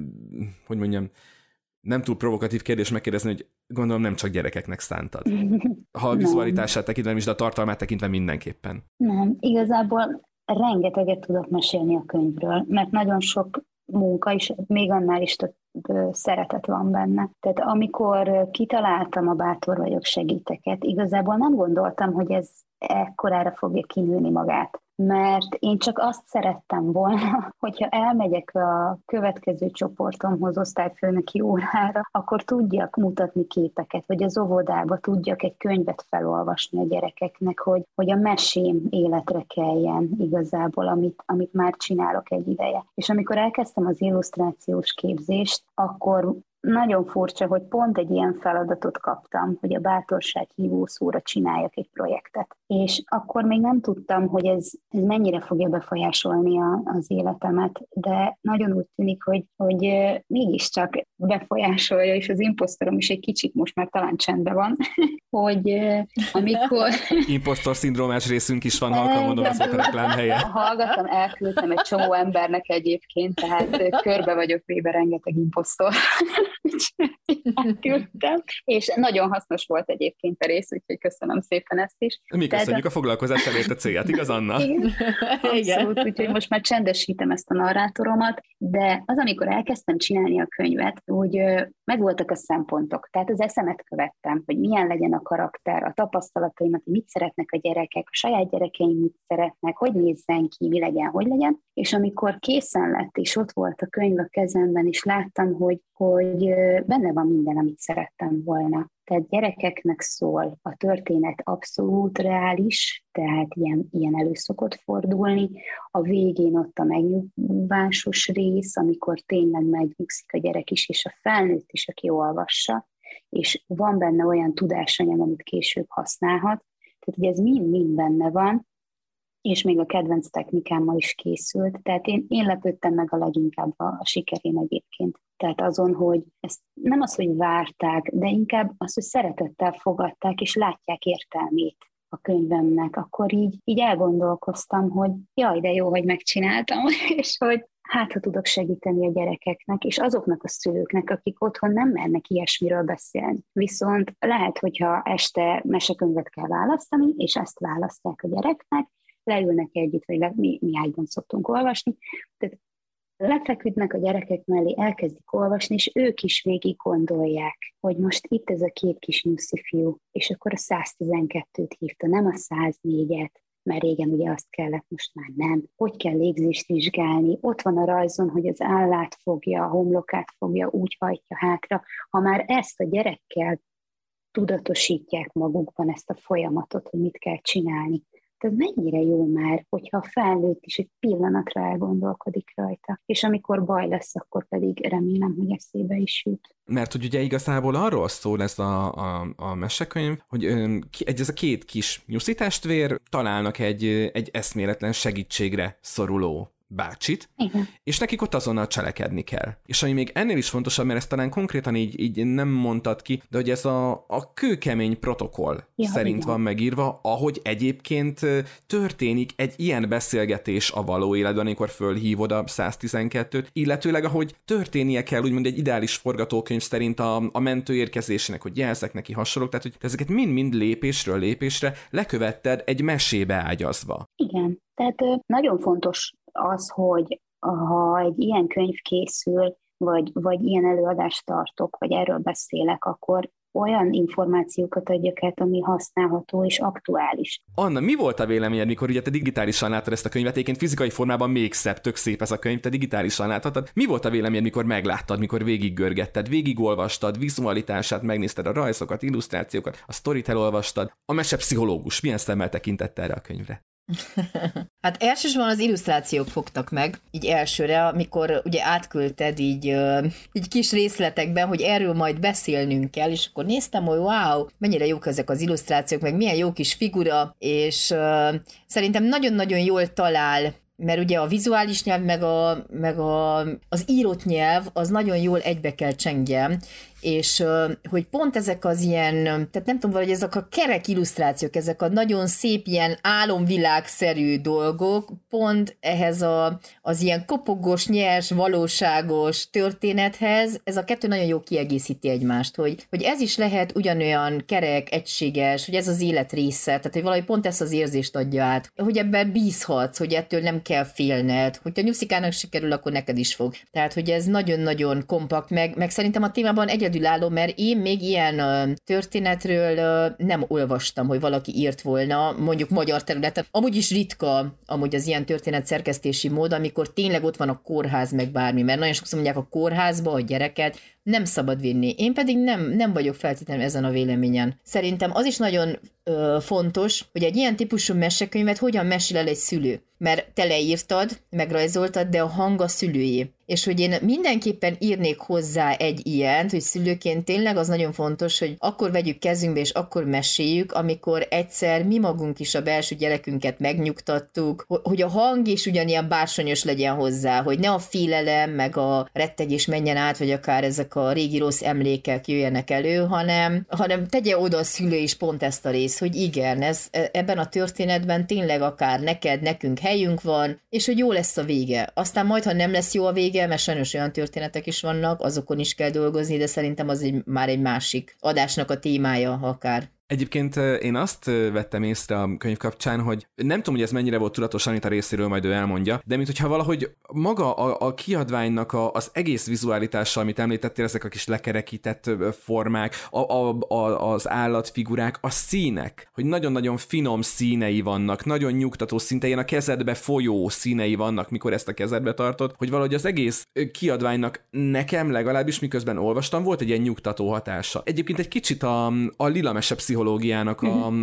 hogy mondjam, nem túl provokatív kérdés megkérdezni, hogy gondolom nem csak gyerekeknek szántad. Ha a vizualitását tekintve is, de a tartalmát tekintve mindenképpen. Nem, igazából rengeteget tudok mesélni a könyvről, mert nagyon sok munka, és még annál is több szeretet van benne. Tehát amikor kitaláltam a Bátor vagyok, segíteket, igazából nem gondoltam, hogy ez ekkorára fogja kinőni magát. mert én csak azt szerettem volna, hogyha elmegyek a következő csoportomhoz osztályfőnöki órára, akkor tudjak mutatni képeket, vagy az óvodába tudjak egy könyvet felolvasni a gyerekeknek, hogy a mesém életre keljen igazából, amit már csinálok egy ideje. És amikor elkezdtem az illusztrációs képzést, akkor nagyon furcsa, hogy pont egy ilyen feladatot kaptam, hogy a bátorság hívószóra csináljak egy projektet. És akkor még nem tudtam, hogy ez mennyire fogja befolyásolni az életemet, de nagyon úgy tűnik, hogy mégiscsak befolyásolja, és az imposztorom is egy kicsit most már talán csendben van, hogy amikor... Imposztor szindrómás részünk is van, halkan mondom, ez volt a reklámhelye. Hallgattam, elküldtem egy csomó embernek egyébként, tehát körbe vagyok véve rengeteg imposztor. Elküldtem, és nagyon hasznos volt egyébként a rész, úgyhogy köszönöm szépen ezt is. Mi köszönjük, a foglalkozás elérte célját, igaz, Anna? Igen, abszolút, úgyhogy most már csendesítem ezt a narrátoromat, de az, amikor elkezdtem csinálni a könyvet, úgy megvoltak a szempontok, tehát az eszemet követtem, hogy milyen legyen a karakter, a tapasztalataimat, hogy mit szeretnek a gyerekek, a saját gyerekeim mit szeretnek, hogy nézzen ki, mi legyen, hogy legyen, és amikor készen lett, és ott volt a könyv a kezemben, és láttam, hogy benne van minden, amit szerettem volna. Tehát gyerekeknek szól, a történet abszolút reális, tehát ilyen elő szokott fordulni. A végén ott a megnyugvásos rész, amikor tényleg megnyugszik a gyerek is, és a felnőtt is, aki olvassa, és van benne olyan tudásanyag, amit később használhat. Tehát, hogy ez mind benne van, és még a kedvenc technikámmal is készült. Tehát én lepődtem meg a leginkább a sikerén egyébként. Tehát azon, hogy ezt nem az, hogy várták, de inkább az, hogy szeretettel fogadták, és látják értelmét a könyvemnek. Akkor így elgondolkoztam, hogy jaj, de jó, hogy megcsináltam, és hogy ha tudok segíteni a gyerekeknek, és azoknak a szülőknek, akik otthon nem mernek ilyesmiről beszélni. Viszont lehet, hogyha este mesekönyvet kell választani, és ezt választják a gyereknek, leülnek együtt, vagy mi ágyban szoktunk olvasni, tehát lefeküdnek a gyerekek mellé, elkezdik olvasni, és ők is végig gondolják, hogy most itt ez a két kis nyuszi fiú, és akkor a 112-t hívta, nem a 104-et, mert régen ugye azt kellett, most már nem. Hogy kell légzést vizsgálni, ott van a rajzon, hogy az állát fogja, a homlokát fogja, úgy hajtja hátra. Ha már ezt a gyerekkel tudatosítják magukban ezt a folyamatot, hogy mit kell csinálni, ez mennyire jó már, hogyha a felnőtt is egy pillanatra elgondolkodik rajta. És amikor baj lesz, akkor pedig remélem, hogy eszébe is jut. Mert hogy ugye igazából arról szól ez a mesekönyv, hogy ez a két kis nyuszi testvér találnak egy eszméletlen segítségre szoruló bácsit, igen, és nekik ott azonnal cselekedni kell. És ami még ennél is fontosabb, mert ezt talán konkrétan így nem mondtad ki, de hogy ez a kőkemény protokoll szerint igen. van megírva, ahogy egyébként történik egy ilyen beszélgetés a való életben, amikor fölhívod a 112-t, illetőleg ahogy történnie kell, úgymond egy ideális forgatókönyv szerint a mentő érkezésének, hogy jelzek neki, hasonlók, tehát hogy ezeket mind-mind lépésről lépésre lekövetted egy mesébe ágyazva. Igen, tehát nagyon fontos az, hogy ha egy ilyen könyv készül, vagy ilyen előadást tartok, vagy erről beszélek, akkor olyan információkat adjak át, ami használható és aktuális. Anna, mi volt a véleményed, mikor ugye te digitálisan láttad ezt a könyvet? Egyébként fizikai formában még szebb, tök szép ez a könyv, te digitálisan láthatod. Mi volt a véleményed, mikor megláttad, mikor végiggörgetted, végigolvastad, vizualitását, megnézted a rajzokat, illusztrációkat, a sztorit elolvastad? A mesepszichológus milyen szemmel tekintett erre a könyvre? Hát elsősorban az illusztrációk fogtak meg, így elsőre, amikor ugye átküldted így kis részletekben, hogy erről majd beszélnünk kell, és akkor néztem, hogy wow, mennyire jók ezek az illusztrációk, meg milyen jó kis figura, és szerintem nagyon-nagyon jól talál, mert ugye a vizuális nyelv, meg az írott nyelv, az nagyon jól egybe kell csengjen, és hogy pont ezek az ilyen, tehát nem tudom, valahogy ezek a kerek illusztrációk, ezek a nagyon szép ilyen álomvilágszerű dolgok, pont ehhez az ilyen kopogós, nyers, valóságos történethez, ez a kettő nagyon jó kiegészíti egymást, hogy ez is lehet ugyanolyan kerek, egységes, hogy ez az élet része, tehát hogy valahogy pont ezt az érzést adja át, hogy ebben bízhatsz, hogy ettől nem kell félned, hogyha nyuszikának sikerül, akkor neked is fog. Tehát, hogy ez nagyon-nagyon kompakt, meg szerintem a témában egyedül egyedülálló, mert én még ilyen történetről nem olvastam, hogy valaki írt volna, mondjuk magyar területen. Amúgy is ritka amúgy az ilyen történet szerkesztési mód, amikor tényleg ott van a kórház meg bármi, mert nagyon sokszor mondják a kórházba a gyereket nem szabad vinni. Én pedig nem vagyok feltétlenül ezen a véleményen. Szerintem az is nagyon fontos, hogy egy ilyen típusú mesekönyvet hogyan mesél el egy szülő. Mert te leírtad, megrajzoltad, de a hang a szülőjé. És hogy én mindenképpen írnék hozzá egy ilyent, hogy szülőként tényleg az nagyon fontos, hogy akkor vegyük kezünkbe, és akkor meséljük, amikor egyszer mi magunk is a belső gyerekünket megnyugtattuk, hogy a hang is ugyanilyen bársonyos legyen hozzá, hogy ne a félelem, meg a rettegés menjen át, vagy akár ezek a régi rossz emlékek jöjjenek elő, hanem tegye oda a szülő is pont ezt a részt, hogy igen, ebben a történetben tényleg akár neked, nekünk helyünk van, és hogy jó lesz a vége. Aztán majd, ha nem lesz jó a vége, mert sajnos olyan történetek is vannak, azokon is kell dolgozni, de szerintem az már egy másik adásnak a témája akár. Egyébként én azt vettem észre a könyv kapcsán, hogy nem tudom, hogy ez mennyire volt tudatos Anita részéről, majd ő elmondja, de mintha valahogy maga a kiadványnak az egész vizualitása, amit említettél, ezek a kis lekerekített formák, az állatfigurák, a színek, hogy nagyon-nagyon finom színei vannak, nagyon nyugtató szinte, ilyen a kezedbe folyó színei vannak, mikor ezt a kezedbe tartod, hogy valahogy az egész kiadványnak nekem legalábbis, miközben olvastam, volt egy ilyen nyugtató hatása. Egyébként egy kicsit a Lila mese pszichológiának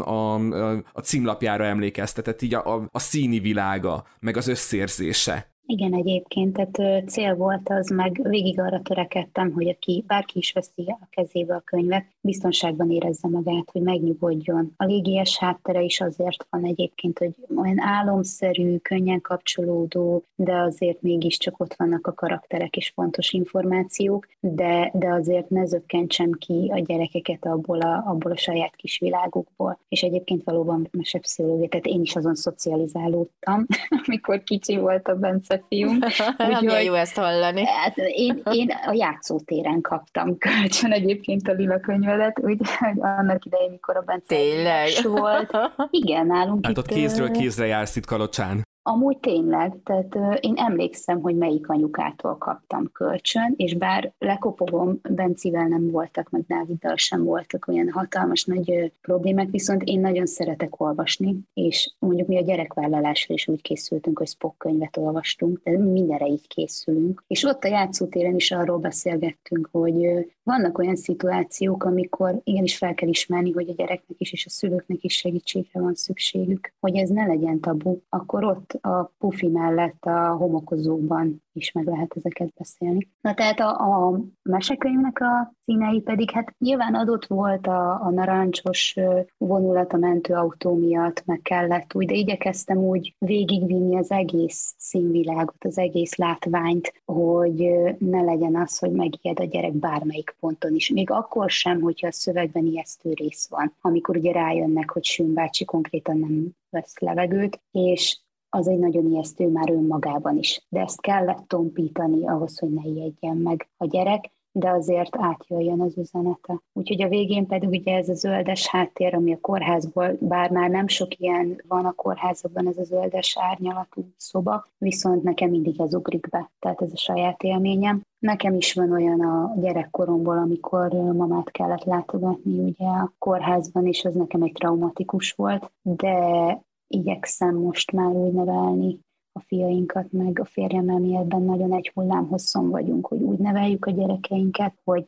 a címlapjára emlékeztetett, így a színi világa, meg az összérzése. Igen, egyébként, tehát cél volt az, meg végig arra törekedtem, hogy bárki is veszi a kezébe a könyvet, biztonságban érezze magát, hogy megnyugodjon. A légies háttere is azért van egyébként, hogy olyan álomszerű, könnyen kapcsolódó, de azért mégiscsak ott vannak a karakterek és fontos információk, de azért ne zökkentsem ki a gyerekeket abból a saját kis világukból. És egyébként valóban mesepszichológia, tehát én is azon szocializálódtam, amikor kicsi volt a Bence fiúm. Milyen jó ezt hallani. Hát én a játszótéren kaptam kölcsön egyébként a Lila könyvedet, úgyhogy annak idején, mikor a Bence volt. Igen, nálunk hát itt... ott kézről kézre jársz itt Kalocsán. Amúgy tényleg, tehát én emlékszem, hogy melyik anyukától kaptam kölcsön, és bár lekopogom, Bencivel nem voltak, meg Dáviddal sem voltak olyan hatalmas nagy problémák, viszont én nagyon szeretek olvasni, és mondjuk mi a gyerekvállalásra is úgy készültünk, hogy Spock könyvet olvastunk, de mindenre így készülünk. És ott a játszótéren is arról beszélgettünk, hogy vannak olyan szituációk, amikor igenis fel kell ismerni, hogy a gyereknek is és a szülőknek is segítségre van szükségük, hogy ez ne legyen tabu, akkor ott a pufi mellett a homokozóban is meg lehet ezeket beszélni. Na tehát a mesekönyvnek a színei pedig hát nyilván adott volt a narancsos vonulat a mentőautó miatt, meg kellett úgy, de igyekeztem úgy végigvinni az egész színvilágot, az egész látványt, hogy ne legyen az, hogy megijed a gyerek bármelyik ponton is. Még akkor sem, hogyha a szövegben ijesztő rész van, amikor ugye rájönnek, hogy Sün bácsi konkrétan nem vesz levegőt, és az egy nagyon ijesztő már önmagában is. De ezt kellett tompítani ahhoz, hogy ne ijedjen meg a gyerek, de azért átjöjjön az üzenete. Úgyhogy a végén pedig ugye ez a zöldes háttér, ami a kórházból, bár már nem sok ilyen van a kórházakban, ez a zöldes árnyalatú szoba, viszont nekem mindig ez ugrik be, tehát ez a saját élményem. Nekem is van olyan a gyerekkoromból, amikor mamát kellett látogatni ugye a kórházban, és az nekem egy traumatikus volt, de igyekszem most már úgy nevelni a fiainkat, meg a férjemmel, mi ebben nagyon egy hullámhosszon vagyunk, hogy úgy neveljük a gyerekeinket, hogy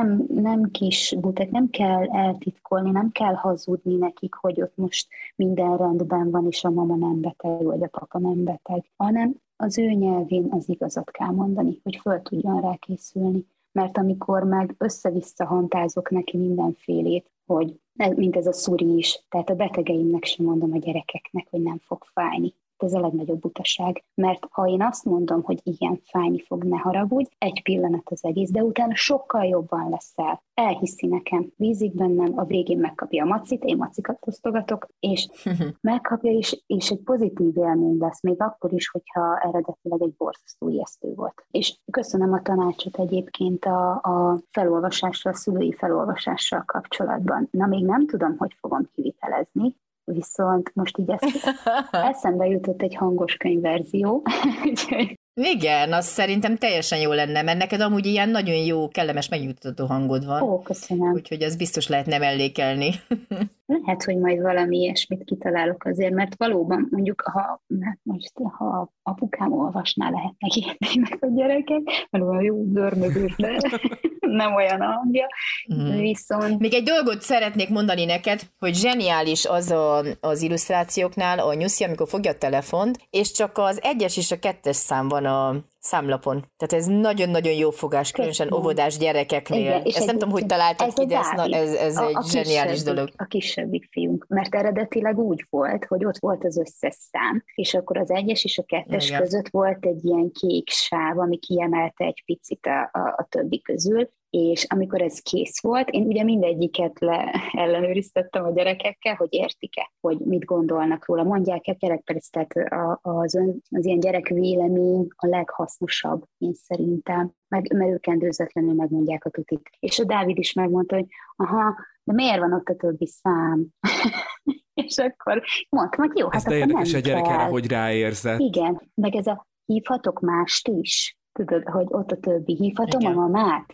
nem kis butek, nem kell eltitkolni, nem kell hazudni nekik, hogy ott most minden rendben van, és a mama nem beteg, vagy a papa nem beteg, hanem az ő nyelvén az igazat kell mondani, hogy föl tudjon rá készülni. Mert amikor meg össze-vissza hantázok neki mindenfélét, hogy mint ez a szuri is, tehát a betegeimnek sem mondom a gyerekeknek, hogy nem fog fájni. Ez a legnagyobb butaság, mert ha én azt mondom, hogy igen, fájni fog, ne haragudj, egy pillanat az egész, de utána sokkal jobban leszel. Elhiszi nekem, bízik bennem, a végén megkapja a macit, én macikat osztogatok, és megkapja is, és egy pozitív élmény lesz, még akkor is, hogyha eredetileg egy borzasztó ijesztő volt. És köszönöm a tanácsot egyébként a felolvasással, a szülői felolvasással kapcsolatban. Na, még nem tudom, hogy fogom kivitelezni, viszont most így eszembe jutott egy hangos könyvverzió, Igen, az szerintem teljesen jó lenne, mert neked amúgy ilyen nagyon jó, kellemes, megnyugtató hangod van. Ó, köszönöm. Úgyhogy az biztos lehet nem mellékelni. Lehet, hogy majd valami ilyesmit kitalálok azért, mert valóban mondjuk, ha apukám olvasná, lehet megérteni a gyerekek, valóban jó dörmögős, de nem olyan a hangja. Viszont... Még egy dolgot szeretnék mondani neked, hogy zseniális az illusztrációknál a Nyuszi, amikor fogja a telefont, és csak az 1-es és a 2-es szám van a számlapon. Tehát ez nagyon-nagyon jó fogás, különösen óvodás gyerekeknél. Igen, ezt nem tudom, hogy találtad ki, de ez egy zseniális dolog. A kisebbik fiunk, mert eredetileg úgy volt, hogy ott volt az összes szám, és akkor az 1-es és a 2-es között volt egy ilyen kék sáv, ami kiemelte egy picit a többi közül, és amikor ez kész volt, én ugye mindegyiket ellenőriztettem a gyerekekkel, hogy értik-e, hogy mit gondolnak róla, mondják-e gyerekperc, tehát az ilyen gyerek vélemény a leghasznosabb, én szerintem, mert ők kendőzetlenül megmondják a tutit. És a Dávid is megmondta, hogy de miért van ott a többi szám? És akkor mondtam, hogy jó, ez de érdekes a gyerek erre, hogy ráérzett. Igen, meg ez a hívhatok mást is. Tudod, hogy ott a többi, hívhatom a mamát.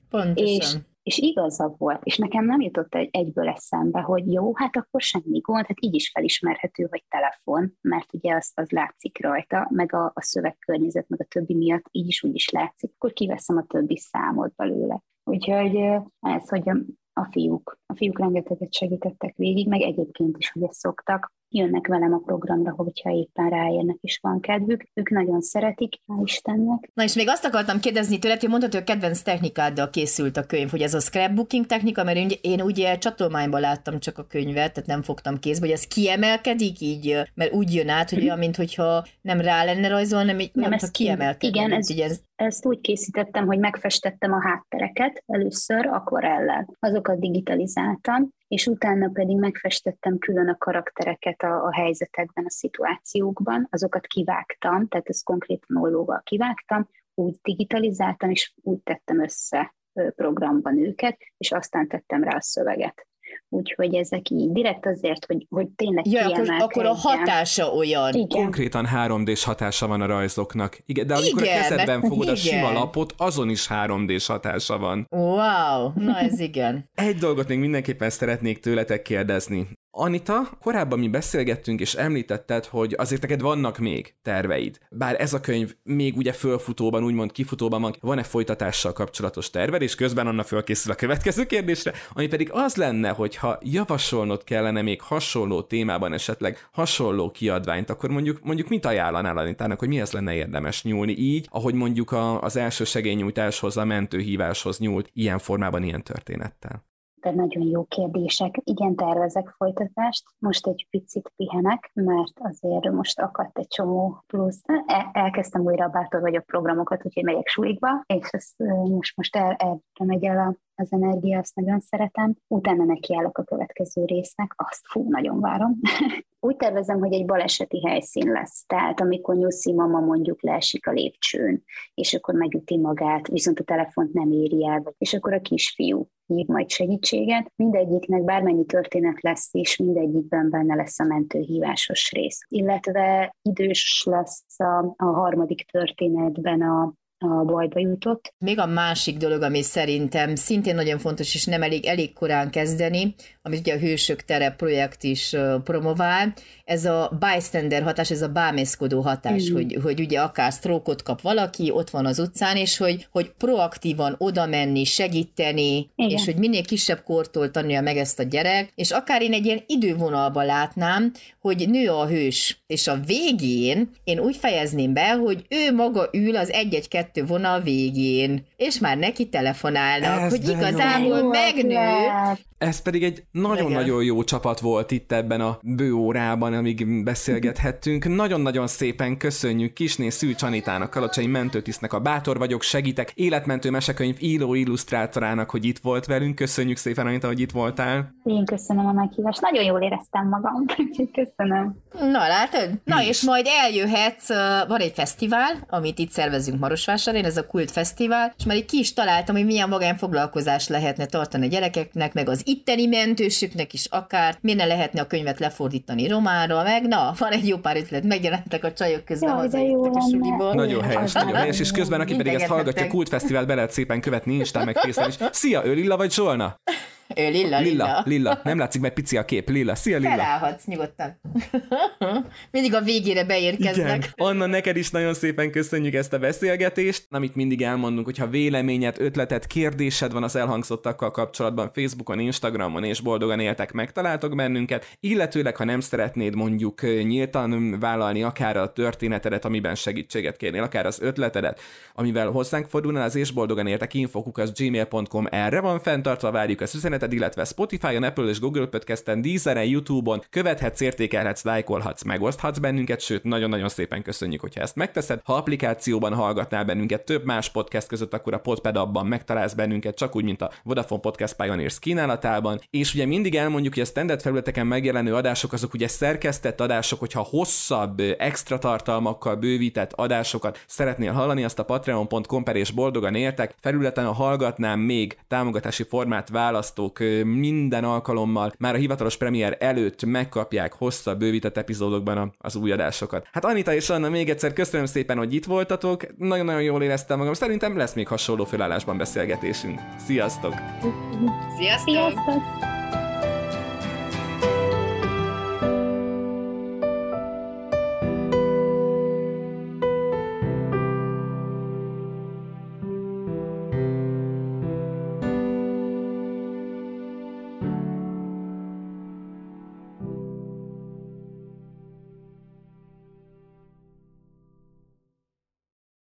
És igaza volt, és nekem nem jutott egyből eszembe, hogy jó, hát akkor semmi gond, hát így is felismerhető, hogy telefon, mert ugye az látszik rajta, meg a szövegkörnyezet, meg a többi miatt így is úgy is látszik, akkor kiveszem a többi számot belőle. Úgyhogy ez, hogy a fiúk rengeteget segítettek végig, meg egyébként is, hogy ezt szoktak. Jönnek velem a programra, hogyha éppen ráérnek és van kedvük. Ők nagyon szeretik, hál' Istennek. Na és még azt akartam kérdezni tőled, hogy mondhatod, hogy a kedvenc technikáddal készült a könyv, hogy ez a scrapbooking technika, mert én ugye csatolmányban láttam csak a könyvet, tehát nem fogtam kézbe, hogy ez kiemelkedik így, mert úgy jön át, hogy olyan, mintha nem rá lenne rajzolni, hanem így kiemelkedik. Igen, ezt úgy készítettem, hogy megfestettem a háttereket először akvarellel. Azokat digitalizáltam, és utána pedig megfestettem külön a karaktereket a helyzetekben, a szituációkban, azokat kivágtam, tehát ezt konkrétan ollóval kivágtam, úgy digitalizáltam, és úgy tettem össze programban őket, és aztán tettem rá a szöveget. Úgyhogy ezek így direkt azért, hogy tényleg kiemelkedjen. Akkor a hatása olyan. Igen. Konkrétan 3D-s hatása van a rajzoknak. Igen, de amikor a kezedben fogod a sima lapot, azon is 3D-s hatása van. Wow, na ez igen. Egy dolgot még mindenképpen szeretnék tőletek kérdezni. Anita, korábban mi beszélgettünk, és említetted, hogy azért neked vannak még terveid. Bár ez a könyv még ugye fölfutóban, úgymond kifutóban van, van-e folytatással kapcsolatos terved, és közben Anna fölkészül a következő kérdésre, ami pedig az lenne, hogyha javasolnod kellene még hasonló témában esetleg hasonló kiadványt, akkor mondjuk mit ajánlanál Anitának, hogy mihez lenne érdemes nyúlni így, ahogy mondjuk az első segélynyújtáshoz, a mentőhíváshoz nyúlt ilyen formában, ilyen történettel? De nagyon jó kérdések. Igen, tervezek folytatást. Most egy picit pihenek, mert azért most akadt egy csomó plusz. Elkezdtem újra a Bátor vagyok programokat, úgyhogy megyek sulikba, és ezt most erre megy el az energia, azt nagyon szeretem. Utána nekiállok a következő résznek, azt nagyon várom. Úgy tervezem, hogy egy baleseti helyszín lesz. Tehát amikor Nyuszi mama mondjuk leesik a lépcsőn, és akkor megüti magát, viszont a telefont nem éri el, és akkor a kisfiú hív majd segítséget. Mindegyiknek bármennyi történet lesz, és mindegyikben benne lesz a mentőhívásos rész. Illetve idős lesz a harmadik történetben a bajba jutott. Még a másik dolog, ami szerintem szintén nagyon fontos, és nem elég korán kezdeni, amit ugye a Hősök tere projekt is promovál, ez a bystander hatás, ez a bámészkodó hatás, hogy ugye akár sztrókot kap valaki, ott van az utcán, és hogy proaktívan oda menni, segíteni, igen, és hogy minél kisebb kortól tanulja meg ezt a gyerek, és akár én egy ilyen idővonalban látnám, hogy nő a hős, és a végén én úgy fejezném be, hogy ő maga ül az 1-1-2 vonal végén, és már neki telefonálnak, ez hogy igazából megnő. Ez pedig egy nagyon-nagyon jó csapat volt itt ebben a bőórában, amíg beszélgethettünk. Nagyon-nagyon szépen köszönjük Kisné Szűcs Anitának, Kalocsai mentőtisztnek, a Bátor vagyok, segítek, életmentő mesekönyv író illusztrátorának, hogy itt volt velünk. Köszönjük szépen, Anita, hogy itt voltál. Én köszönöm a meghívást. Nagyon jól éreztem magam. Köszönöm. Na, látod? Na, és majd eljöhetsz, van egy fesztivál, amit itt szervezünk Marosvásárhelyen, Marosvásárhelyen, ez a Kult Fesztivál, és már így ki is találtam, hogy milyen magánfoglalkozást lehetne tartani a gyerekeknek, meg az itteni mentősüknek is akár, miért lehetne a könyvet lefordítani románra, meg na, van egy jó pár ötlet, megjelentek a csajok közben, hazajöttek a suliból. Nagyon helyes, és közben aki pedig ezt hallgatja, Kult Fesztivált be lehet szépen követni Instán, meg Facen is. Szia, ő Lilla vagy Zsolna? Ő Lilla. Nem látszik, mert pici a kép. Lilla. Szia, Lilla. Felállhatsz nyugodtan. Mindig a végére beérkeznek. Igen. Anna, neked is nagyon szépen köszönjük ezt a beszélgetést. Amit mindig elmondunk, hogyha véleményed, ötleted, kérdésed van az elhangzottakkal kapcsolatban, Facebookon, Instagramon és Boldogan Éltek megtaláltok bennünket, illetőleg, ha nem szeretnéd mondjuk nyíltan vállalni akár a történetedet, amiben segítséget kérnél, akár az ötletedet, amivel hozzánk fordulnál, az és boldogan éltek info@gmail.com, erre van fenntartva, várjuk az üzeneted, illetve Spotify-on, Apple és Google Podcasten, Deezeren, YouTube-on követhetsz, értékelhetsz, lájkolhatsz, megoszthatsz bennünket, sőt, nagyon-nagyon szépen köszönjük, hogyha ezt megteszed. Ha applikációban hallgatnál bennünket több más podcast között, akkor a Podpad-ban megtalálsz bennünket, csak úgy, mint a Vodafone Podcast Pioneers kínálatában. És ugye mindig elmondjuk, hogy a standard felületeken megjelenő adások azok ugye szerkesztett adások, hogyha hosszabb, extra tartalmakkal bővített adásokat szeretnél hallani, azt a patreon.com/, és boldogan éltek felületen, a hallgatnám még támogatási formát választók minden alkalommal már a hivatalos premier előtt megkapják hosszabb, bővített epizódokban az új adásokat. Hát Anita és Anna, még egyszer köszönöm szépen, hogy itt voltatok, nagyon-nagyon jól éreztem magam, szerintem lesz még hasonló felállásban beszélgetésünk. Sziasztok! Sziasztok!